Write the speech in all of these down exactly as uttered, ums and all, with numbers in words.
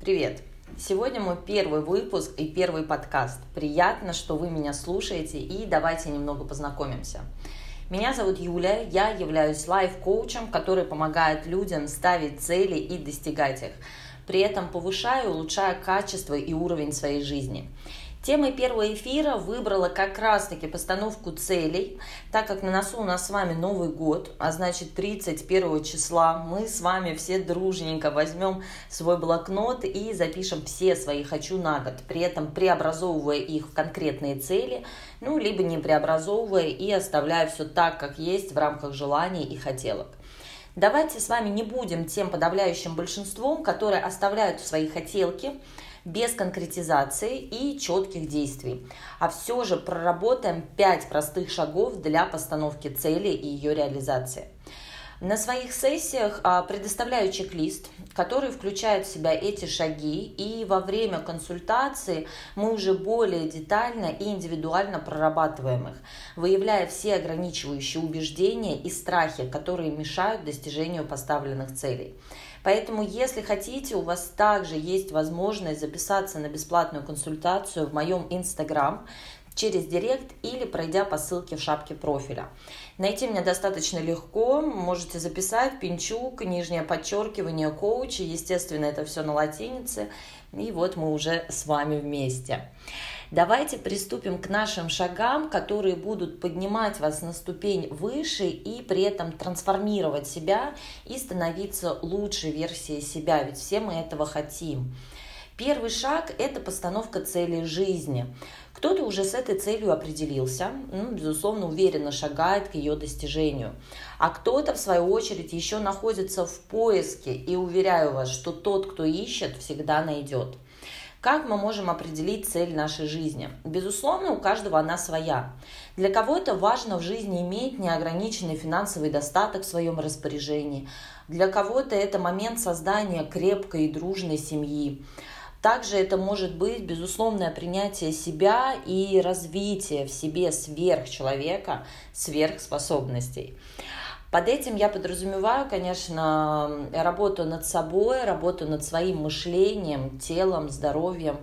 Привет! Сегодня мой первый выпуск и первый подкаст. Приятно, что вы меня слушаете, и давайте немного познакомимся. Меня зовут Юля, я являюсь лайф-коучем, который помогает людям ставить цели и достигать их. При этом повышая и улучшая качество и уровень своей жизни. Темой первого эфира выбрала как раз-таки постановку целей, так как на носу у нас с вами Новый год, а значит тридцать первого числа мы с вами все дружненько возьмем свой блокнот и запишем все свои «хочу» на год, при этом преобразовывая их в конкретные цели, ну, либо не преобразовывая и оставляя все так, как есть в рамках желаний и хотелок. Давайте с вами не будем тем подавляющим большинством, которые оставляют свои хотелки без конкретизации и четких действий, а все же проработаем пять простых шагов для постановки цели и ее реализации. На своих сессиях предоставляю чек-лист, который включает в себя эти шаги, и во время консультации мы уже более детально и индивидуально прорабатываем их, выявляя все ограничивающие убеждения и страхи, которые мешают достижению поставленных целей. Поэтому, если хотите, у вас также есть возможность записаться на бесплатную консультацию в моем Инстаграм через директ или пройдя по ссылке в шапке профиля. Найти меня достаточно легко, можете записать Пинчук, нижнее подчеркивание, коучи, естественно, это все на латинице, и вот мы уже с вами вместе. Давайте приступим к нашим шагам, которые будут поднимать вас на ступень выше и при этом трансформировать себя и становиться лучшей версией себя, ведь все мы этого хотим. Первый шаг – это постановка цели жизни. Кто-то уже с этой целью определился, ну, безусловно, уверенно шагает к ее достижению. А кто-то, в свою очередь, еще находится в поиске, и уверяю вас, что тот, кто ищет, всегда найдет. Как мы можем определить цель нашей жизни? Безусловно, у каждого она своя. Для кого-то важно в жизни иметь неограниченный финансовый достаток в своем распоряжении. Для кого-то это момент создания крепкой и дружной семьи. Также это может быть безусловное принятие себя и развитие в себе сверхчеловека, сверхспособностей. Под этим я подразумеваю, конечно, работу над собой, работу над своим мышлением, телом, здоровьем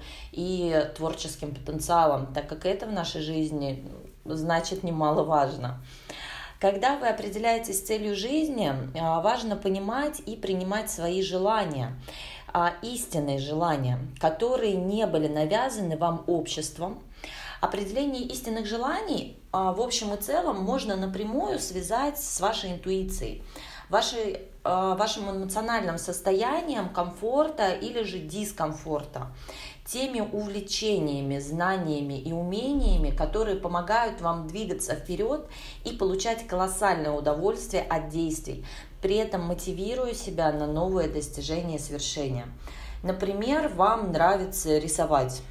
и творческим потенциалом, так как это в нашей жизни значит немаловажно. Когда вы определяетесь с целью жизни, важно понимать и принимать свои желания, истинные желания, которые не были навязаны вам обществом. Определение истинных желаний в общем и целом можно напрямую связать с вашей интуицией, вашей, вашим эмоциональным состоянием комфорта или же дискомфорта, теми увлечениями, знаниями и умениями, которые помогают вам двигаться вперед и получать колоссальное удовольствие от действий, при этом мотивируя себя на новые достижения и свершения. Например, вам нравится рисовать.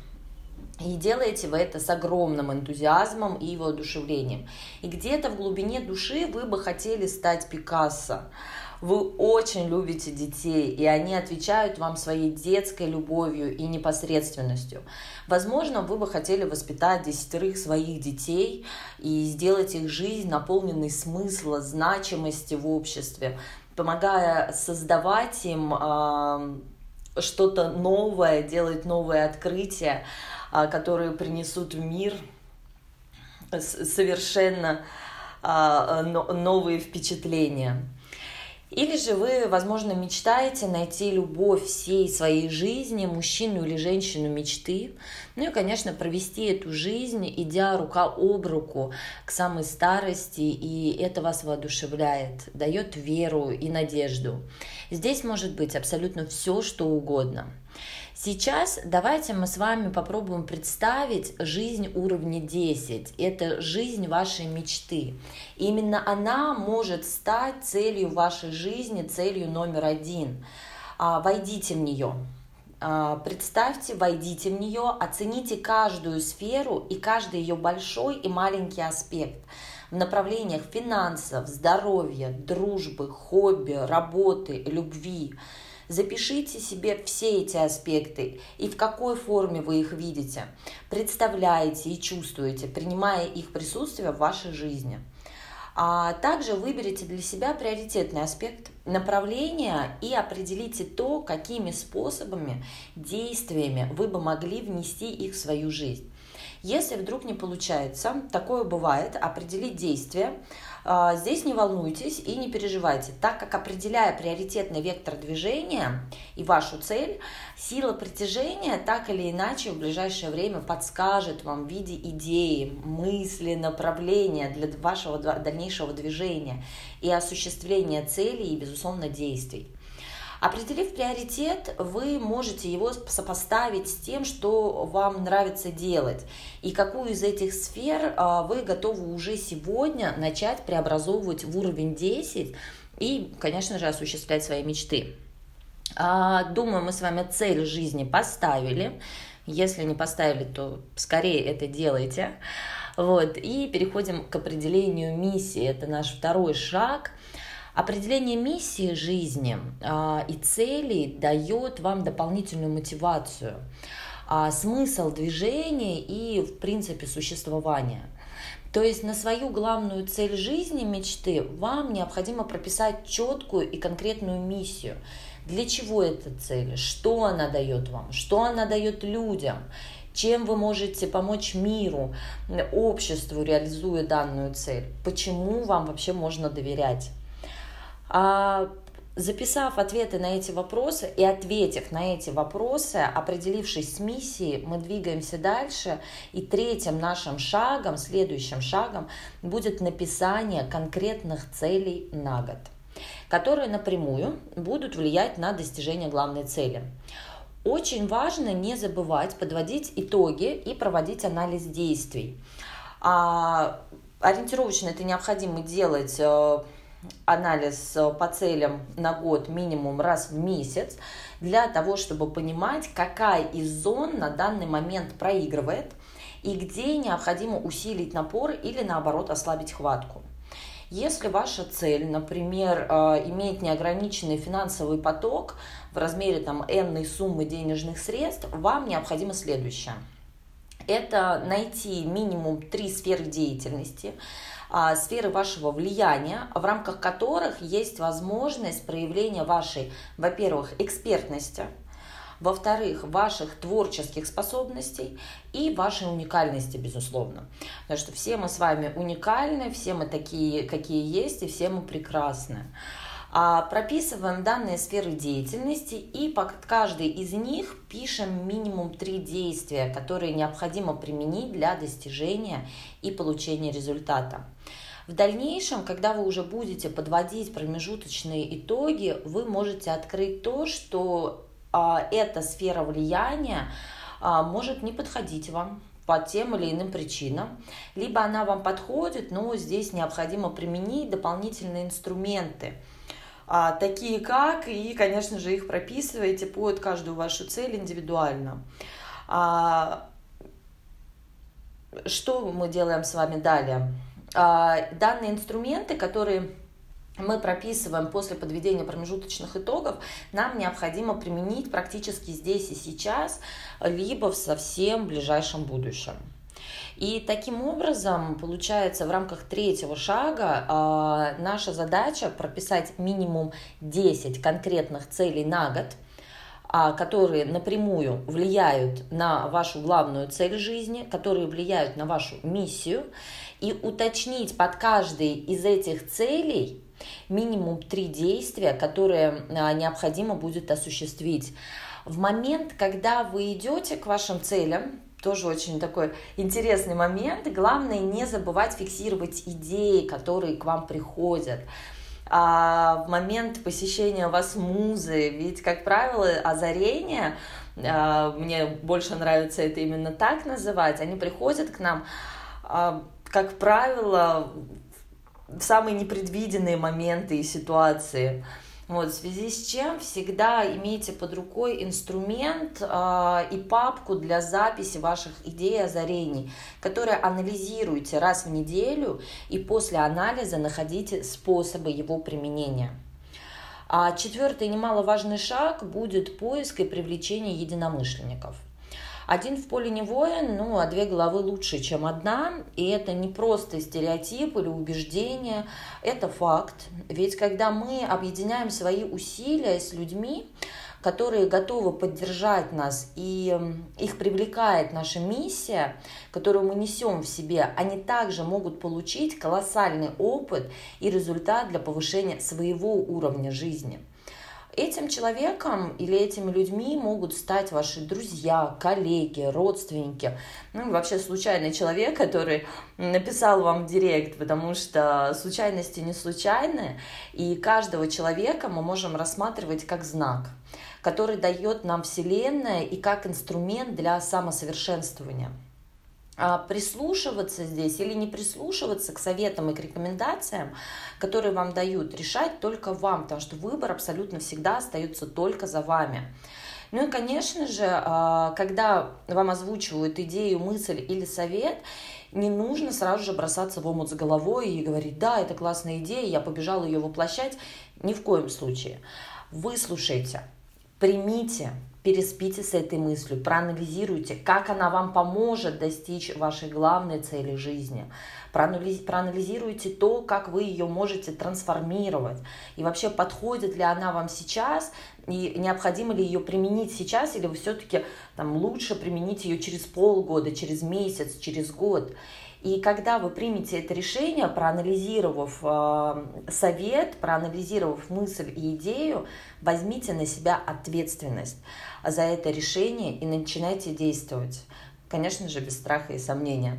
И делаете вы это с огромным энтузиазмом и воодушевлением. И где-то в глубине души вы бы хотели стать Пикассо. Вы очень любите детей, и они отвечают вам своей детской любовью и непосредственностью. Возможно, вы бы хотели воспитать десятерых своих детей и сделать их жизнь наполненной смысла, значимости в обществе, помогая создавать им э, что-то новое, делать новые открытия, которые принесут в мир совершенно новые впечатления. Или же вы, возможно, мечтаете найти любовь всей своей жизни, мужчину или женщину мечты, ну и, конечно, провести эту жизнь, идя рука об руку к самой старости, и это вас воодушевляет, дает веру и надежду. Здесь может быть абсолютно все, что угодно. Сейчас давайте мы с вами попробуем представить жизнь уровня десять. Это жизнь вашей мечты. И именно она может стать целью вашей жизни, целью номер один. Войдите в нее. Представьте, войдите в нее, оцените каждую сферу и каждый ее большой и маленький аспект в направлениях финансов, здоровья, дружбы, хобби, работы, любви. Запишите себе все эти аспекты и в какой форме вы их видите, представляете и чувствуете, принимая их присутствие в вашей жизни. А также выберите для себя приоритетный аспект направления и определите то, какими способами, действиями вы бы могли внести их в свою жизнь. Если вдруг не получается, такое бывает, определить действия, здесь не волнуйтесь и не переживайте, так как, определяя приоритетный вектор движения и вашу цель, сила притяжения так или иначе в ближайшее время подскажет вам в виде идеи, мысли, направления для вашего дальнейшего движения и осуществления целей и, безусловно, действий. Определив приоритет, вы можете его сопоставить с тем, что вам нравится делать, и какую из этих сфер вы готовы уже сегодня начать преобразовывать в уровень десять и, конечно же, осуществлять свои мечты. Думаю, мы с вами цель жизни поставили. Если не поставили, то скорее это делайте. Вот. И переходим к определению миссии. Это наш второй шаг. Определение миссии жизни а, и целей дает вам дополнительную мотивацию, а, смысл движения и, в принципе, существования. То есть на свою главную цель жизни, мечты, вам необходимо прописать четкую и конкретную миссию. Для чего эта цель? Что она дает вам? Что она дает людям? Чем вы можете помочь миру, обществу, реализуя данную цель? Почему вам вообще можно доверять? А записав ответы на эти вопросы и ответив на эти вопросы, определившись с миссией, мы двигаемся дальше. И третьим нашим шагом, следующим шагом будет написание конкретных целей на год, которые напрямую будут влиять на достижение главной цели. Очень важно не забывать подводить итоги и проводить анализ действий. А ориентировочно это необходимо делать анализ по целям на год минимум раз в месяц, для того, чтобы понимать, какая из зон на данный момент проигрывает и где необходимо усилить напор или, наоборот, ослабить хватку. Если ваша цель, например, имеет неограниченный финансовый поток в размере там энной суммы денежных средств, вам необходимо следующее. Это найти минимум три сферы деятельности, сферы вашего влияния, в рамках которых есть возможность проявления вашей, во-первых, экспертности, во-вторых, ваших творческих способностей и вашей уникальности, безусловно. Потому что все мы с вами уникальны, все мы такие, какие есть, и все мы прекрасны. Прописываем данные сферы деятельности и под каждой из них пишем минимум три действия, которые необходимо применить для достижения и получения результата. В дальнейшем, когда вы уже будете подводить промежуточные итоги, вы можете открыть то, что а, эта сфера влияния а, может не подходить вам по тем или иным причинам, либо она вам подходит, но здесь необходимо применить дополнительные инструменты, а, такие как, и, конечно же, их прописываете под каждую вашу цель индивидуально. А, что мы делаем с вами далее? А, данные инструменты, которые мы прописываем после подведения промежуточных итогов, нам необходимо применить практически здесь и сейчас, либо в совсем ближайшем будущем. И таким образом, получается, в рамках третьего шага э, наша задача прописать минимум десять конкретных целей на год, э, которые напрямую влияют на вашу главную цель жизни, которые влияют на вашу миссию, и уточнить под каждой из этих целей минимум три действия, которые э, необходимо будет осуществить. В момент, когда вы идете к вашим целям, тоже очень такой интересный момент. Главное не забывать фиксировать идеи, которые к вам приходят. А в момент посещения вас музы, ведь, как правило, озарения, а, мне больше нравится это именно так называть, они приходят к нам, а, как правило, в самые непредвиденные моменты и ситуации. Вот, в связи с чем всегда имейте под рукой инструмент э, и папку для записи ваших идей и озарений, которые анализируйте раз в неделю и после анализа находите способы его применения. А четвертый немаловажный шаг будет поиск и привлечение единомышленников. Один в поле не воин, ну, а две головы лучше, чем одна. И это не просто стереотип или убеждение, это факт. Ведь когда мы объединяем свои усилия с людьми, которые готовы поддержать нас, и их привлекает наша миссия, которую мы несем в себе, они также могут получить колоссальный опыт и результат для повышения своего уровня жизни. Этим человеком или этими людьми могут стать ваши друзья, коллеги, родственники, ну и вообще случайный человек, который написал вам в директ, потому что случайности не случайны, и каждого человека мы можем рассматривать как знак, который дает нам Вселенная и как инструмент для самосовершенствования. А прислушиваться здесь или не прислушиваться к советам и к рекомендациям, которые вам дают, решать только вам, потому что выбор абсолютно всегда остается только за вами. Ну и, конечно же, когда вам озвучивают идею, мысль или совет, не нужно сразу же бросаться в омут с головой и говорить: да, это классная идея, я побежала ее воплощать. Ни в коем случае. Выслушайте, примите, переспите с этой мыслью, проанализируйте, как она вам поможет достичь вашей главной цели жизни. Проанализируйте то, как вы ее можете трансформировать. И вообще, подходит ли она вам сейчас, и необходимо ли ее применить сейчас, или вы все-таки там, лучше применить ее через полгода, через месяц, через год. И когда вы примете это решение, проанализировав э, совет, проанализировав мысль и идею, возьмите на себя ответственность за это решение и начинайте действовать. Конечно же, без страха и сомнения.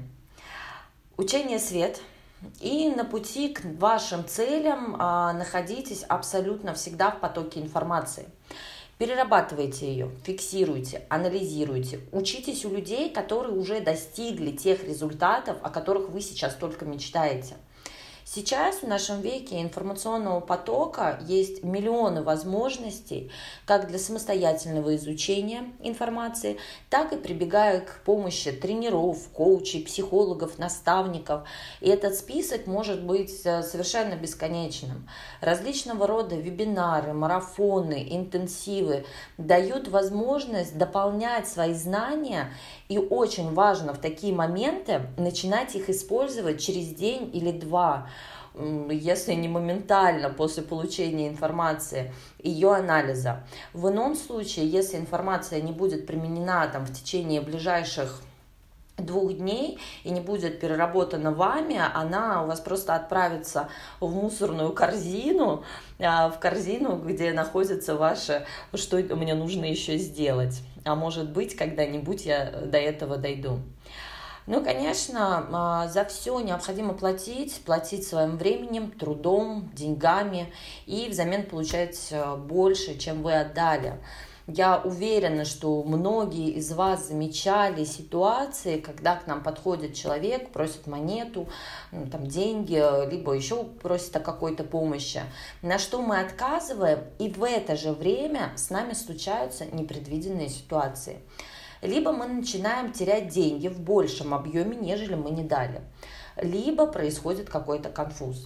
Учение свет. И на пути к вашим целям э, находитесь абсолютно всегда в потоке информации. Перерабатывайте ее, фиксируйте, анализируйте. Учитесь у людей, которые уже достигли тех результатов, о которых вы сейчас только мечтаете. Сейчас в нашем веке информационного потока есть миллионы возможностей как для самостоятельного изучения информации, так и прибегая к помощи тренеров, коучей, психологов, наставников. И этот список может быть совершенно бесконечным. Различного рода вебинары, марафоны, интенсивы дают возможность дополнять свои знания, и очень важно в такие моменты начинать их использовать через день или два, если не моментально после получения информации, ее анализа. В ином случае, если информация не будет применена там, в течение ближайших двух дней и не будет переработана вами, она у вас просто отправится в мусорную корзину, в корзину, где находится ваше, что мне нужно еще сделать. А может быть, когда-нибудь я до этого дойду. Ну, конечно, за все необходимо платить, платить своим временем, трудом, деньгами и взамен получать больше, чем вы отдали. Я уверена, что многие из вас замечали ситуации, когда к нам подходит человек, просит монету, ну, там, деньги, либо еще просит о какой-то помощи, на что мы отказываем, и в это же время с нами случаются непредвиденные ситуации. Либо мы начинаем терять деньги в большем объеме, нежели мы не дали, либо происходит какой-то конфуз.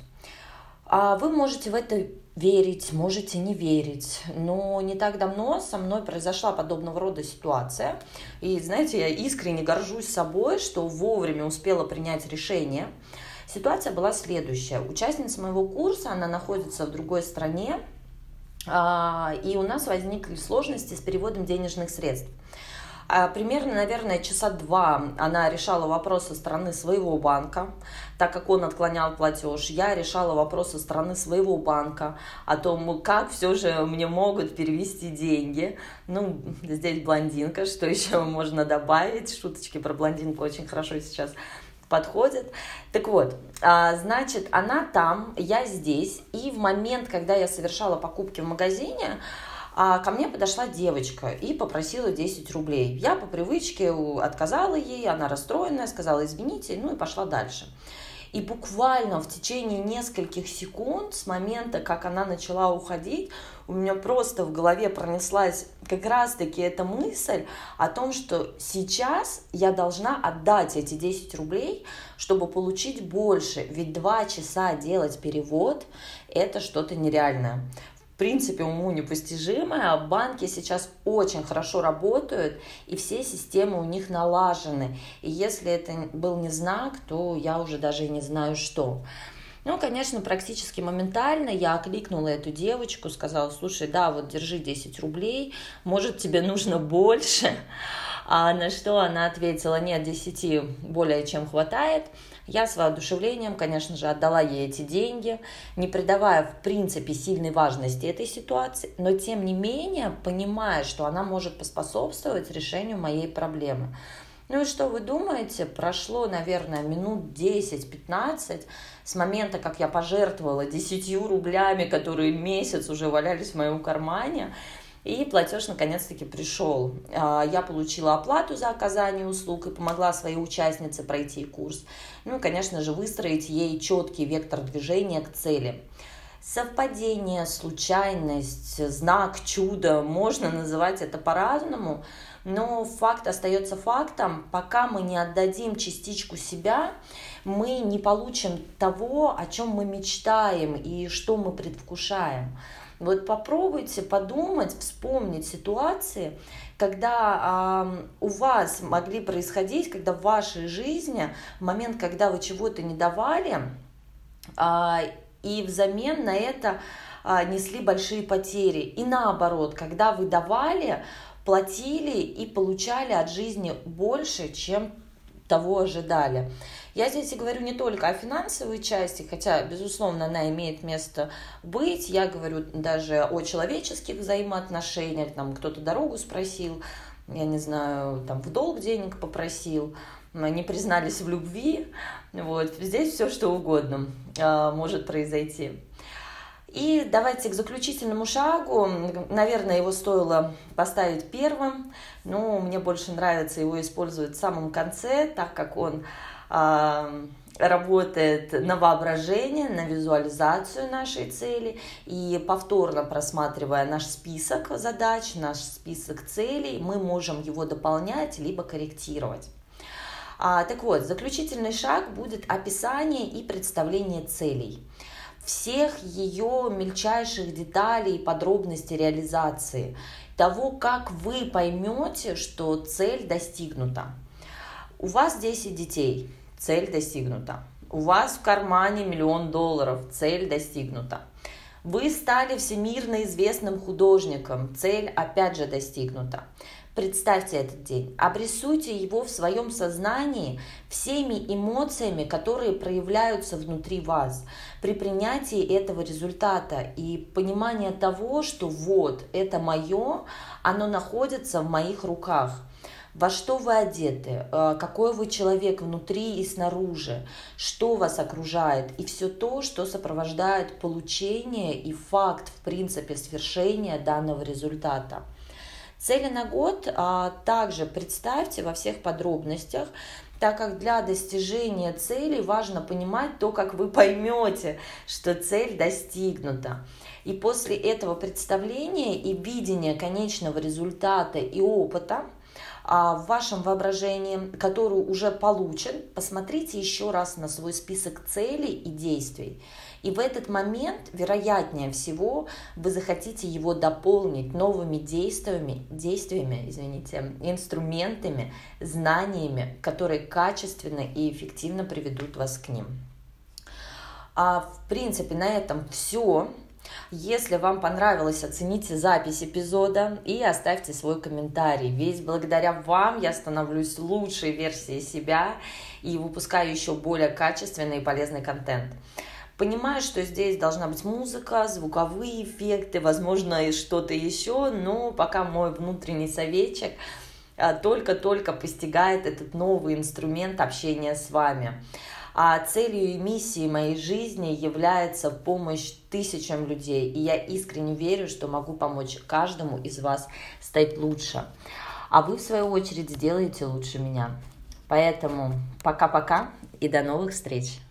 А вы можете в это верить, можете не верить, но не так давно со мной произошла подобного рода ситуация. И, знаете, я искренне горжусь собой, что вовремя успела принять решение. Ситуация была следующая. Участница моего курса, она находится в другой стране, и у нас возникли сложности с переводом денежных средств. Примерно, наверное, часа два она решала вопрос со стороны своего банка, так как он отклонял платеж. Я решала вопрос со стороны своего банка о том, как все же мне могут перевести деньги. Ну, здесь блондинка, что еще можно добавить? Шуточки про блондинку очень хорошо сейчас подходят. Так вот, значит, она там, я здесь, и в момент, когда я совершала покупки в магазине, А ко мне подошла девочка и попросила десять рублей. Я по привычке отказала ей, она расстроенная, сказала извините, ну и пошла дальше. И буквально в течение нескольких секунд с момента, как она начала уходить, у меня просто в голове пронеслась как раз-таки эта мысль о том, что сейчас я должна отдать эти десять рублей, чтобы получить больше. Ведь два часа делать перевод – это что-то нереальное. в принципе уму непостижимое. Банки сейчас очень хорошо работают, и все системы у них налажены. И если это был не знак, то я уже даже и не знаю, что. Ну, конечно, практически моментально я окликнула эту девочку, сказала: слушай, да, вот держи десять рублей, может, тебе нужно больше? А на что она ответила: нет, десяти более чем хватает. Я с воодушевлением, конечно же, отдала ей эти деньги, не придавая, в принципе, сильной важности этой ситуации, но, тем не менее, понимая, что она может поспособствовать решению моей проблемы. Ну и что вы думаете? Прошло, наверное, минут десять-пятнадцать с момента, как я пожертвовала десятью рублями, которые месяц уже валялись в моем кармане, и платеж наконец-таки пришел. Я получила оплату за оказание услуг и помогла своей участнице пройти курс. Ну и, конечно же, выстроить ей четкий вектор движения к цели. Совпадение, случайность, знак, чудо, можно называть это по-разному, но факт остается фактом. Пока мы не отдадим частичку себя, мы не получим того, о чем мы мечтаем и что мы предвкушаем. Вот попробуйте подумать, вспомнить ситуации, когда э, у вас могли происходить, когда в вашей жизни, в момент, когда вы чего-то не давали, э, и взамен на это э, несли большие потери. И наоборот, когда вы давали, платили и получали от жизни больше, чем того ожидали. Я здесь и говорю не только о финансовой части, хотя, безусловно, она имеет место быть. Я говорю даже о человеческих взаимоотношениях. Там кто-то дорогу спросил, я не знаю, там в долг денег попросил, не признались в любви. Вот. Здесь все что угодно а, может произойти. И давайте к заключительному шагу. Наверное, его стоило поставить первым, но мне больше нравится его использовать в самом конце, так как он э, работает на воображение, на визуализацию нашей цели. И повторно просматривая наш список задач, наш список целей, мы можем его дополнять либо корректировать. А, так вот, заключительный шаг будет описание и представление целей. Всех ее мельчайших деталей и подробностей реализации, того, как вы поймете, что цель достигнута. У вас десять детей, цель достигнута. У вас в кармане миллион долларов, цель достигнута. Вы стали всемирно известным художником, цель опять же достигнута. Представьте этот день, обрисуйте его в своем сознании всеми эмоциями, которые проявляются внутри вас при принятии этого результата и понимание того, что вот, это мое, оно находится в моих руках. Во что вы одеты, какой вы человек внутри и снаружи, что вас окружает, и все то, что сопровождает получение и факт, в принципе, свершения данного результата. Цели на год а, также представьте во всех подробностях, так как для достижения цели важно понимать то, как вы поймете, что цель достигнута. И после этого представления и видения конечного результата и опыта а, в вашем воображении, который уже получен, посмотрите еще раз на свой список целей и действий. И в этот момент, вероятнее всего, вы захотите его дополнить новыми действиями, действиями, извините, инструментами, знаниями, которые качественно и эффективно приведут вас к ним. А в принципе, на этом все. Если вам понравилось, оцените запись эпизода и оставьте свой комментарий. Ведь благодаря вам я становлюсь лучшей версией себя и выпускаю еще более качественный и полезный контент. Понимаю, что здесь должна быть музыка, звуковые эффекты, возможно, и что-то еще, но пока мой внутренний советчик только-только постигает этот новый инструмент общения с вами. А целью и миссией моей жизни является помощь тысячам людей, и я искренне верю, что могу помочь каждому из вас стать лучше. А вы, в свою очередь, сделаете лучше меня. Поэтому пока-пока и до новых встреч!